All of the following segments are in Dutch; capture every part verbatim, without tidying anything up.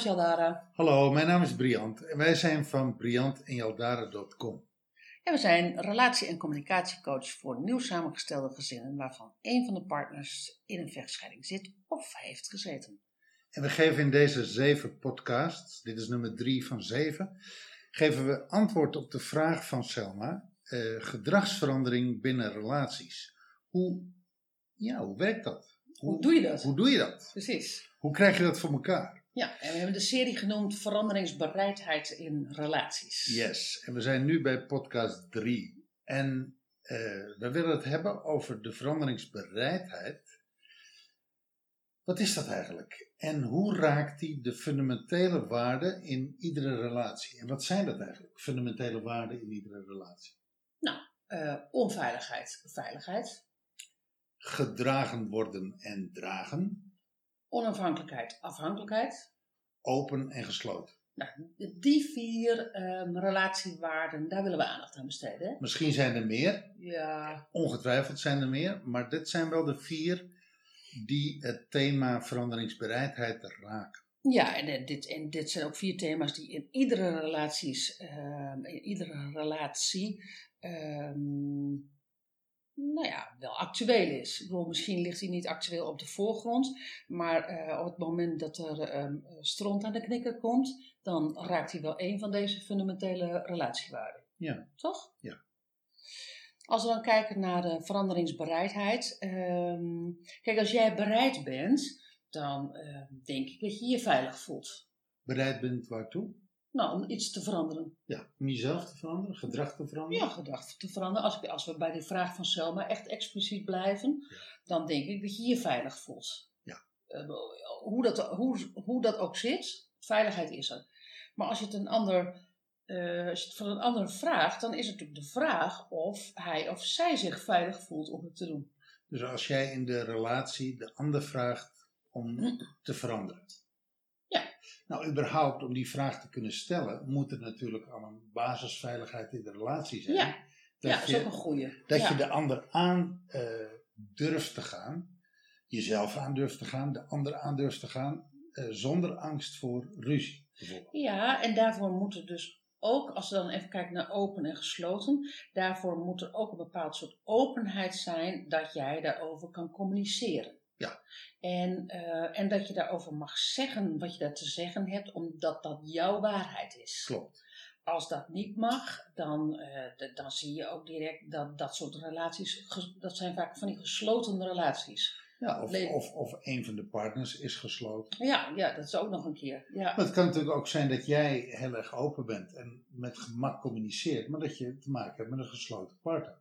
is Jaldara. Hallo, mijn naam is Briant en wij zijn van briant en jaldara punt com. En we zijn relatie- en communicatiecoach voor nieuw samengestelde gezinnen waarvan één van de partners in een vechtscheiding zit of heeft gezeten. En we geven in deze zeven podcasts, dit is nummer drie van zeven, geven we antwoord op de vraag van Selma, eh, gedragsverandering binnen relaties. Hoe, ja, hoe werkt dat? Hoe, hoe doe je dat? Hoe doe je dat? Precies. Hoe krijg je dat voor elkaar? Ja, en we hebben de serie genoemd veranderingsbereidheid in relaties. Yes, en we zijn nu bij podcast drie. En uh, we willen het hebben over de veranderingsbereidheid. Wat is dat eigenlijk? En hoe raakt die de fundamentele waarden in iedere relatie? En wat zijn dat eigenlijk, fundamentele waarden in iedere relatie? Nou, uh, onveiligheid, veiligheid. Gedragen worden en dragen. Onafhankelijkheid, afhankelijkheid. Open en gesloten. Nou, die vier um, relatiewaarden, daar willen we aandacht aan besteden. Hè? Misschien zijn er meer. Ja. Ongetwijfeld zijn er meer. Maar dit zijn wel de vier die het thema veranderingsbereidheid raken. Ja, en dit, en dit zijn ook vier thema's die in iedere, relaties, um, in iedere relatie um, nou ja, wel actueel is. Ik bedoel, misschien ligt hij niet actueel op de voorgrond, maar uh, op het moment dat er um, stront aan de knikker komt, dan raakt hij wel een van deze fundamentele relatiewaarden. Ja. Toch? Ja. Als we dan kijken naar de veranderingsbereidheid. Um, kijk, als jij bereid bent, dan uh, denk ik dat je je veilig voelt. Bereid bent waartoe? Nou, om iets te veranderen. Ja, om jezelf te veranderen, gedrag te veranderen? Ja, gedrag te veranderen. Als, als we bij de vraag van Selma echt expliciet blijven, ja. Dan denk ik dat je je veilig voelt. Ja. Uh, hoe, dat, hoe, hoe dat ook zit, veiligheid is er. Maar als je het een ander, uh, als je het van een ander vraagt, dan is het natuurlijk de vraag of hij of zij zich veilig voelt om het te doen. Dus als jij in de relatie de ander vraagt om hm. te veranderen. Ja. Nou, überhaupt om die vraag te kunnen stellen, moet er natuurlijk al een basisveiligheid in de relatie zijn. Ja, dat, ja, dat is ook een goeie. Dat ja. je de ander aan uh, durft te gaan, jezelf aan durft te gaan, de ander aan durft te gaan, uh, zonder angst voor ruzie. Ja, en daarvoor moet er dus ook, als we dan even kijken naar open en gesloten, daarvoor moet er ook een bepaald soort openheid zijn dat jij daarover kan communiceren. Ja. En, uh, en dat je daarover mag zeggen wat je daar te zeggen hebt, omdat dat jouw waarheid is. Klopt. Als dat niet mag, dan, uh, d- dan zie je ook direct dat dat soort relaties, ges- dat zijn vaak van die gesloten relaties. Ja, of, of, of een van de partners is gesloten. Ja, ja, dat is ook nog een keer. Ja. Maar het kan natuurlijk ook zijn dat jij heel erg open bent en met gemak communiceert, maar dat je te maken hebt met een gesloten partner.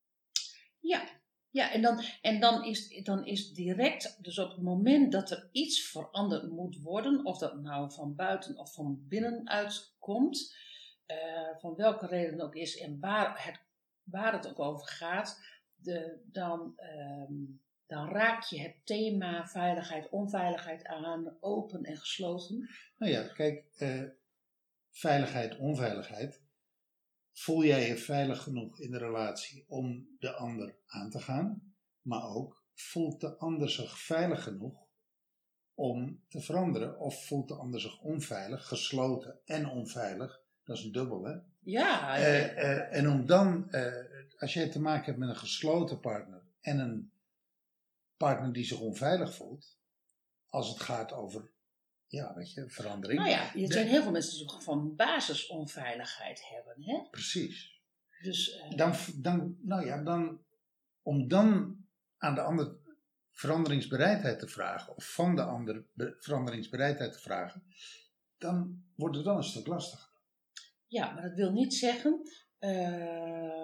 Ja. Ja, en, dan, en dan, is, dan is direct, dus op het moment dat er iets veranderd moet worden, of dat nou van buiten of van binnenuit komt, uh, van welke reden ook is en waar het, waar het ook over gaat, de, dan, um, dan raak je het thema veiligheid, onveiligheid aan, open en gesloten. Nou ja, kijk, uh, veiligheid, onveiligheid. Voel jij je veilig genoeg in de relatie om de ander aan te gaan? Maar ook, voelt de ander zich veilig genoeg om te veranderen? Of voelt de ander zich onveilig, gesloten en onveilig? Dat is een dubbel, hè? Ja. Uh, uh, en om dan, uh, als jij te maken hebt met een gesloten partner en een partner die zich onveilig voelt, als het gaat over, ja, weet je, verandering. Nou ja, er zijn heel veel mensen die gewoon basisonveiligheid hebben, hè? Precies. Dus, uh, dan, dan, nou ja, dan, om dan aan de ander veranderingsbereidheid te vragen, of van de ander veranderingsbereidheid te vragen, dan wordt het wel een stuk lastiger. Ja, maar dat wil niet zeggen uh,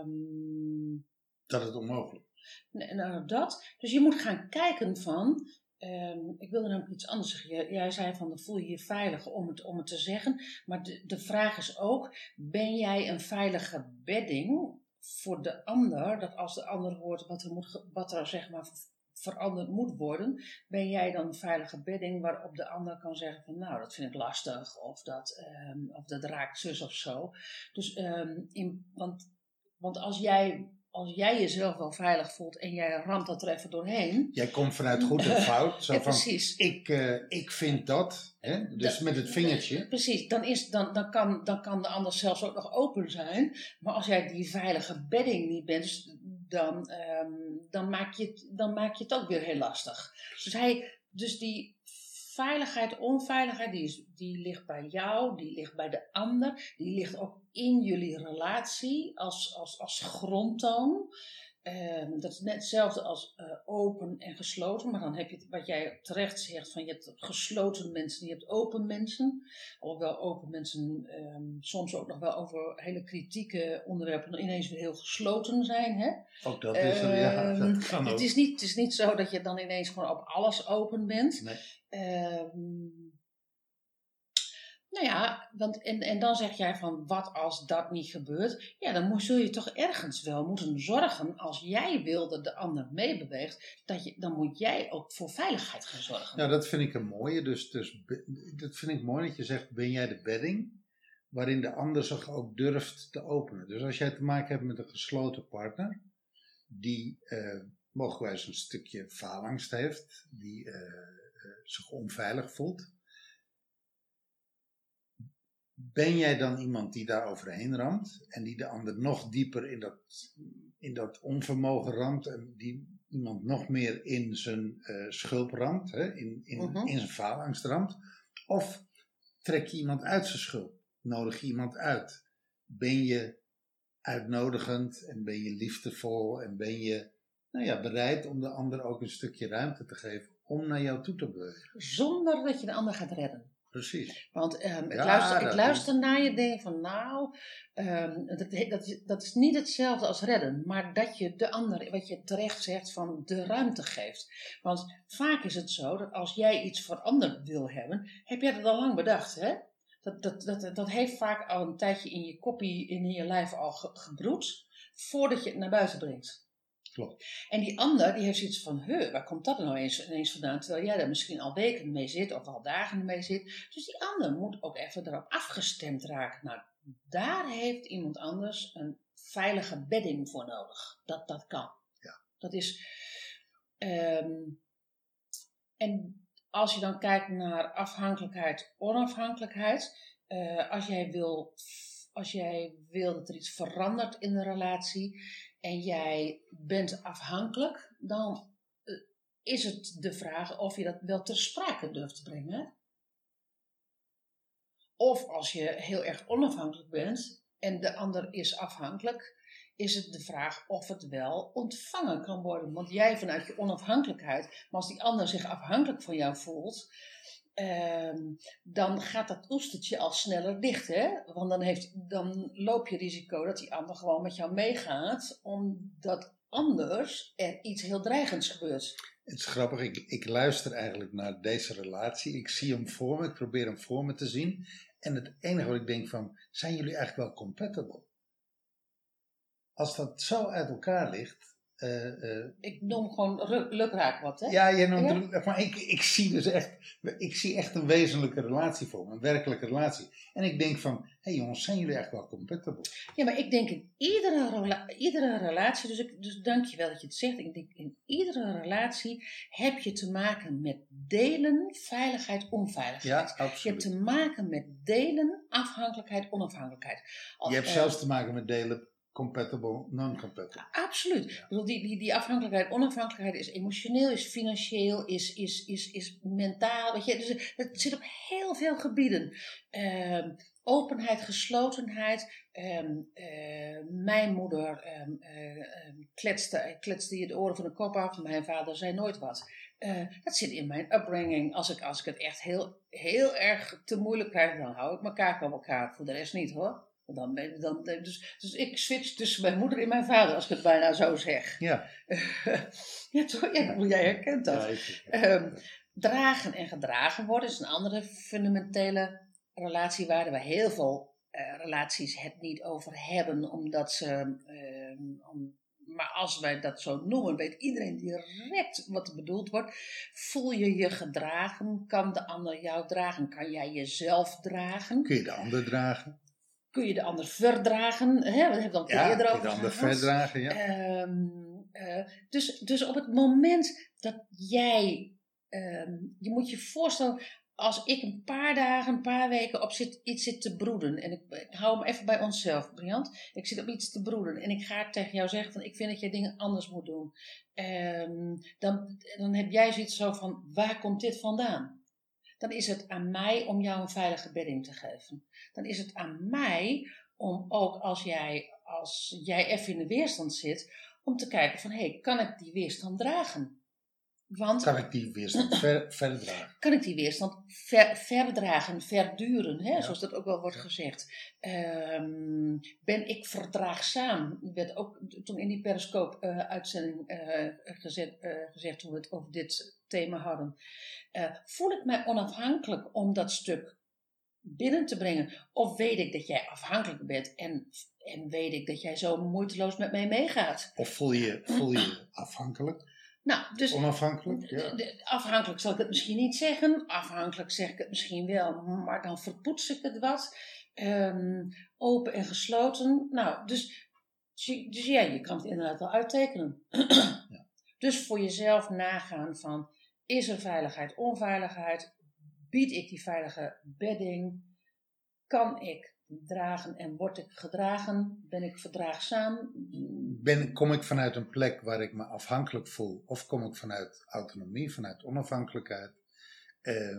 dat het onmogelijk is. Nou, dat. Dus je moet gaan kijken van, um, ik wilde namelijk iets anders zeggen. Jij, jij zei van, dan voel je je veilig om het, om het te zeggen. Maar de, de vraag is ook, ben jij een veilige bedding voor de ander? Dat als de ander hoort wat er, moet, wat er zeg maar veranderd moet worden, ben jij dan een veilige bedding waarop de ander kan zeggen van, nou, dat vind ik lastig, of dat, um, of dat raakt zus of zo. Dus, um, in, want, want als jij als jij jezelf wel veilig voelt en jij ramt dat er even doorheen. Jij komt vanuit goed en fout. Zo Ja, van, precies. Ik, uh, ik vind dat. Hè? Dus dat, met het vingertje. Precies. Dan, is, dan, dan, kan, dan kan de ander zelfs ook nog open zijn. Maar als jij die veilige bedding niet bent, dus dan, um, dan, maak je het, dan maak je het ook weer heel lastig. Dus, hij, dus die veiligheid, onveiligheid, die, is, die ligt bij jou, die ligt bij de ander, die ligt ook in jullie relatie als, als, als grondtoon. Um, dat is net hetzelfde als uh, open en gesloten, maar dan heb je het, wat jij terecht zegt, van je hebt gesloten mensen, je hebt open mensen. Alhoewel open mensen um, soms ook nog wel over hele kritieke onderwerpen dan ineens weer heel gesloten zijn. Hè? Ook dat is er, um, ja, dat kan ook. Het is, niet, het is niet zo dat je dan ineens gewoon op alles open bent. Nee. Um, Nou ja, want en, en dan zeg jij van, wat als dat niet gebeurt? Ja, dan moet, zul je toch ergens wel moeten zorgen, als jij wil dat de ander meebeweegt, dat je, dan moet jij ook voor veiligheid gaan zorgen. Nou, dat vind ik een mooie. Dus, dus dat vind ik mooi dat je zegt, ben jij de bedding, waarin de ander zich ook durft te openen. Dus als jij te maken hebt met een gesloten partner, die uh, mogelijkwijs een stukje faalangst heeft, die uh, uh, zich onveilig voelt, ben jij dan iemand die daar overheen ramt en die de ander nog dieper in dat, in dat onvermogen ramt en die iemand nog meer in zijn uh, schulp ramt, hè, in, in, uh-huh. in zijn faalangst ramt? Of trek je iemand uit zijn schulp? Nodig je iemand uit? Ben je uitnodigend en ben je liefdevol en ben je nou ja, bereid om de ander ook een stukje ruimte te geven om naar jou toe te bewegen? Zonder dat je de ander gaat redden. Precies. Want um, ik, ja, luister, ik luister is... naar je en denk van nou, um, dat, dat, dat is niet hetzelfde als redden. Maar dat je de ander, wat je terecht zegt, van de ruimte geeft. Want vaak is het zo dat als jij iets veranderd wil hebben, heb jij dat al lang bedacht. Hè? Dat, dat, dat, dat heeft vaak al een tijdje in je koppie, in je lijf al ge, gebroed, voordat je het naar buiten brengt. Klopt. En die ander, die heeft zoiets van, huh, waar komt dat nou eens, ineens vandaan? Terwijl jij er misschien al weken mee zit, of al dagen mee zit. Dus die ander moet ook even erop afgestemd raken. Nou, daar heeft iemand anders een veilige bedding voor nodig. Dat dat kan. Ja. Dat is... Um, en als je dan kijkt naar afhankelijkheid, onafhankelijkheid. Uh, als jij wil... Als jij wil dat er iets verandert in de relatie en jij bent afhankelijk, dan is het de vraag of je dat wel ter sprake durft te brengen. Of als je heel erg onafhankelijk bent en de ander is afhankelijk, is het de vraag of het wel ontvangen kan worden. Want jij vanuit je onafhankelijkheid, maar als die ander zich afhankelijk van jou voelt, Um, dan gaat dat oestertje al sneller dicht, hè? Want dan, heeft, dan loop je risico dat die ander gewoon met jou meegaat, omdat anders er iets heel dreigends gebeurt. Het is grappig, ik, ik luister eigenlijk naar deze relatie. Ik zie hem voor me, ik probeer hem voor me te zien. En het enige wat ik denk van, zijn jullie eigenlijk wel compatible? Als dat zo uit elkaar ligt... Uh, uh, ik noem gewoon lukraak wat, hè? Ja, je noemt ja? maar ik, ik zie dus echt, ik zie echt een wezenlijke relatie voor me, een werkelijke relatie. En ik denk van, hé hey jongens, zijn jullie echt wel compatible? Ja, maar ik denk in iedere, rela- iedere relatie, dus, ik, dus dank je wel dat je het zegt, ik denk in iedere relatie heb je te maken met delen, veiligheid, onveiligheid. Ja, absoluut. Je hebt te maken met delen, afhankelijkheid, onafhankelijkheid. Als, je hebt uh, zelfs te maken met delen, compatible, non-compatible. Absoluut. Ja. Ik bedoel, die, die, die afhankelijkheid, onafhankelijkheid is emotioneel, is financieel, is, is, is, is mentaal. Weet je, dus het zit op heel veel gebieden. Um, openheid, geslotenheid. Um, uh, mijn moeder um, uh, um, kletste, kletste je de oren van de kop af. Mijn vader zei nooit wat. Uh, dat zit in mijn upbringing. Als ik, als ik het echt heel, heel erg te moeilijk krijg, dan hou ik mijn kaak op elkaar. Voor de rest niet hoor. Dan, dan, dus, dus ik switch tussen mijn moeder en mijn vader, als ik het bijna zo zeg. Ja. ja, toch? Ja, jij herkent dat. Ja, ik, um, dragen en gedragen worden is een andere fundamentele relatie waar we heel veel uh, relaties het niet over hebben, omdat ze... Uh, om, maar als wij dat zo noemen, weet iedereen direct wat er bedoeld wordt. Voel je je gedragen? Kan de ander jou dragen? Kan jij jezelf dragen? Kun je de ander dragen? kun je de ander verdragen? Hè? We hebben het al een keer Ja, eerder kun je over de ander gehad. verdragen, ja. Ehm, eh, dus, dus op het moment dat jij... ehm, je moet je voorstellen... Als ik een paar dagen, een paar weken op zit, iets zit te broeden. En ik, ik hou hem even bij onszelf, Briant. Ik zit op iets te broeden. En ik ga tegen jou zeggen van ik vind dat jij dingen anders moet doen. Ehm, dan, dan heb jij zoiets zo van waar komt dit vandaan? Dan is het aan mij om jou een veilige bedding te geven. Dan is het aan mij om ook als jij, als jij even in de weerstand zit, om te kijken van hé, hey, kan ik die weerstand dragen? Want, Kan ik die weerstand ver, verdragen? Kan ik die weerstand ver, verdragen, verduren, hè, Ja. Zoals dat ook wel wordt Ja. gezegd. Um, ben ik verdraagzaam? Dat werd ook toen in die Periscope-uitzending uh, uh, gezet, uh, gezegd toen we het over dit thema hadden. Uh, voel ik mij onafhankelijk om dat stuk binnen te brengen? Of weet ik dat jij afhankelijk bent en, en weet ik dat jij zo moeiteloos met mij meegaat? Of voel je voel je afhankelijk? Nou, dus Onafhankelijk? Ja. de, de, afhankelijk zal ik het misschien niet zeggen. Afhankelijk zeg ik het misschien wel. Maar dan verpoets ik het wat. Um, open en gesloten. Nou, dus, dus ja, je kan het inderdaad wel uittekenen. Ja. Dus voor jezelf nagaan van... Is er veiligheid, onveiligheid? Bied ik die veilige bedding? Kan ik dragen en word ik gedragen? Ben ik verdraagzaam? Ben, kom ik vanuit een plek waar ik me afhankelijk voel? Of kom ik vanuit autonomie, vanuit onafhankelijkheid? Uh,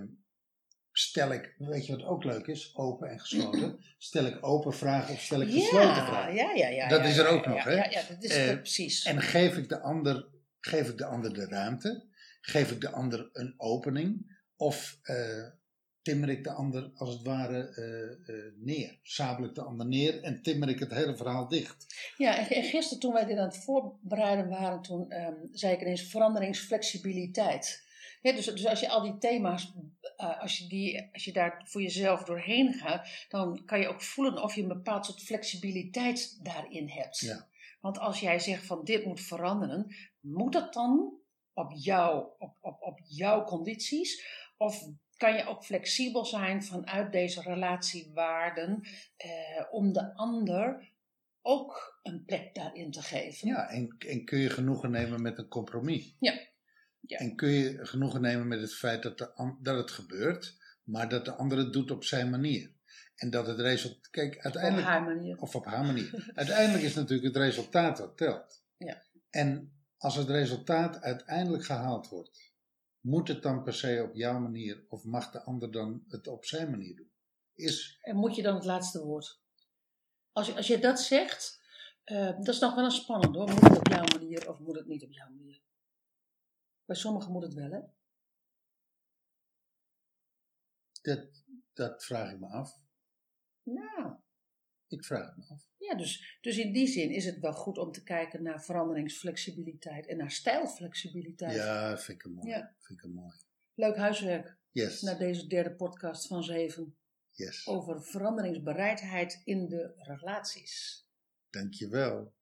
stel ik, weet je wat ook leuk is? Open en gesloten. Stel ik open vragen of stel ik ja, gesloten vragen? Ja, ja, ja. Dat ja, is er ja, ook ja, nog, ja, hè? Ja, ja, dat is uh, het, precies. En geef ik, de ander, geef ik de ander de ruimte? Geef ik de ander een opening? Of... Uh, timmer ik de ander als het ware uh, uh, neer. Sabel ik de ander neer en timmer ik het hele verhaal dicht. Ja, en gisteren toen wij dit aan het voorbereiden waren, toen um, zei ik ineens veranderingsflexibiliteit. Ja, dus, dus als je al die thema's, uh, als, je die, als je daar voor jezelf doorheen gaat, dan kan je ook voelen of je een bepaald soort flexibiliteit daarin hebt. Ja. Want als jij zegt van dit moet veranderen, moet dat dan op, jou, op, op, op jouw condities? Of kan je ook flexibel zijn vanuit deze relatiewaarden eh, om de ander ook een plek daarin te geven? Ja, en, en kun je genoegen nemen met een compromis? Ja. Ja. En kun je genoegen nemen met het feit dat, de, dat het gebeurt, maar dat de ander het doet op zijn manier. En dat het resultaat... Kijk, uiteindelijk... Op haar manier. Of op haar manier. Uiteindelijk is natuurlijk het resultaat wat telt. Ja. En als het resultaat uiteindelijk gehaald wordt, moet het dan per se op jouw manier of mag de ander dan het op zijn manier doen? Is... En moet je dan het laatste woord? Als je, als je dat zegt, uh, dat is nog wel een spannend hoor. Moet het op jouw manier of moet het niet op jouw manier? Bij sommigen moet het wel, hè? Dat, dat vraag ik me af. Nou. Ik vraag het me af. Ja, dus, dus in die zin is het wel goed om te kijken naar veranderingsflexibiliteit en naar stijlflexibiliteit. Ja, vind ik hem mooi. Ja. Vind ik hem mooi. Leuk huiswerk. Yes. Naar deze derde podcast van zeven. Yes. Over veranderingsbereidheid in de relaties. Dankjewel.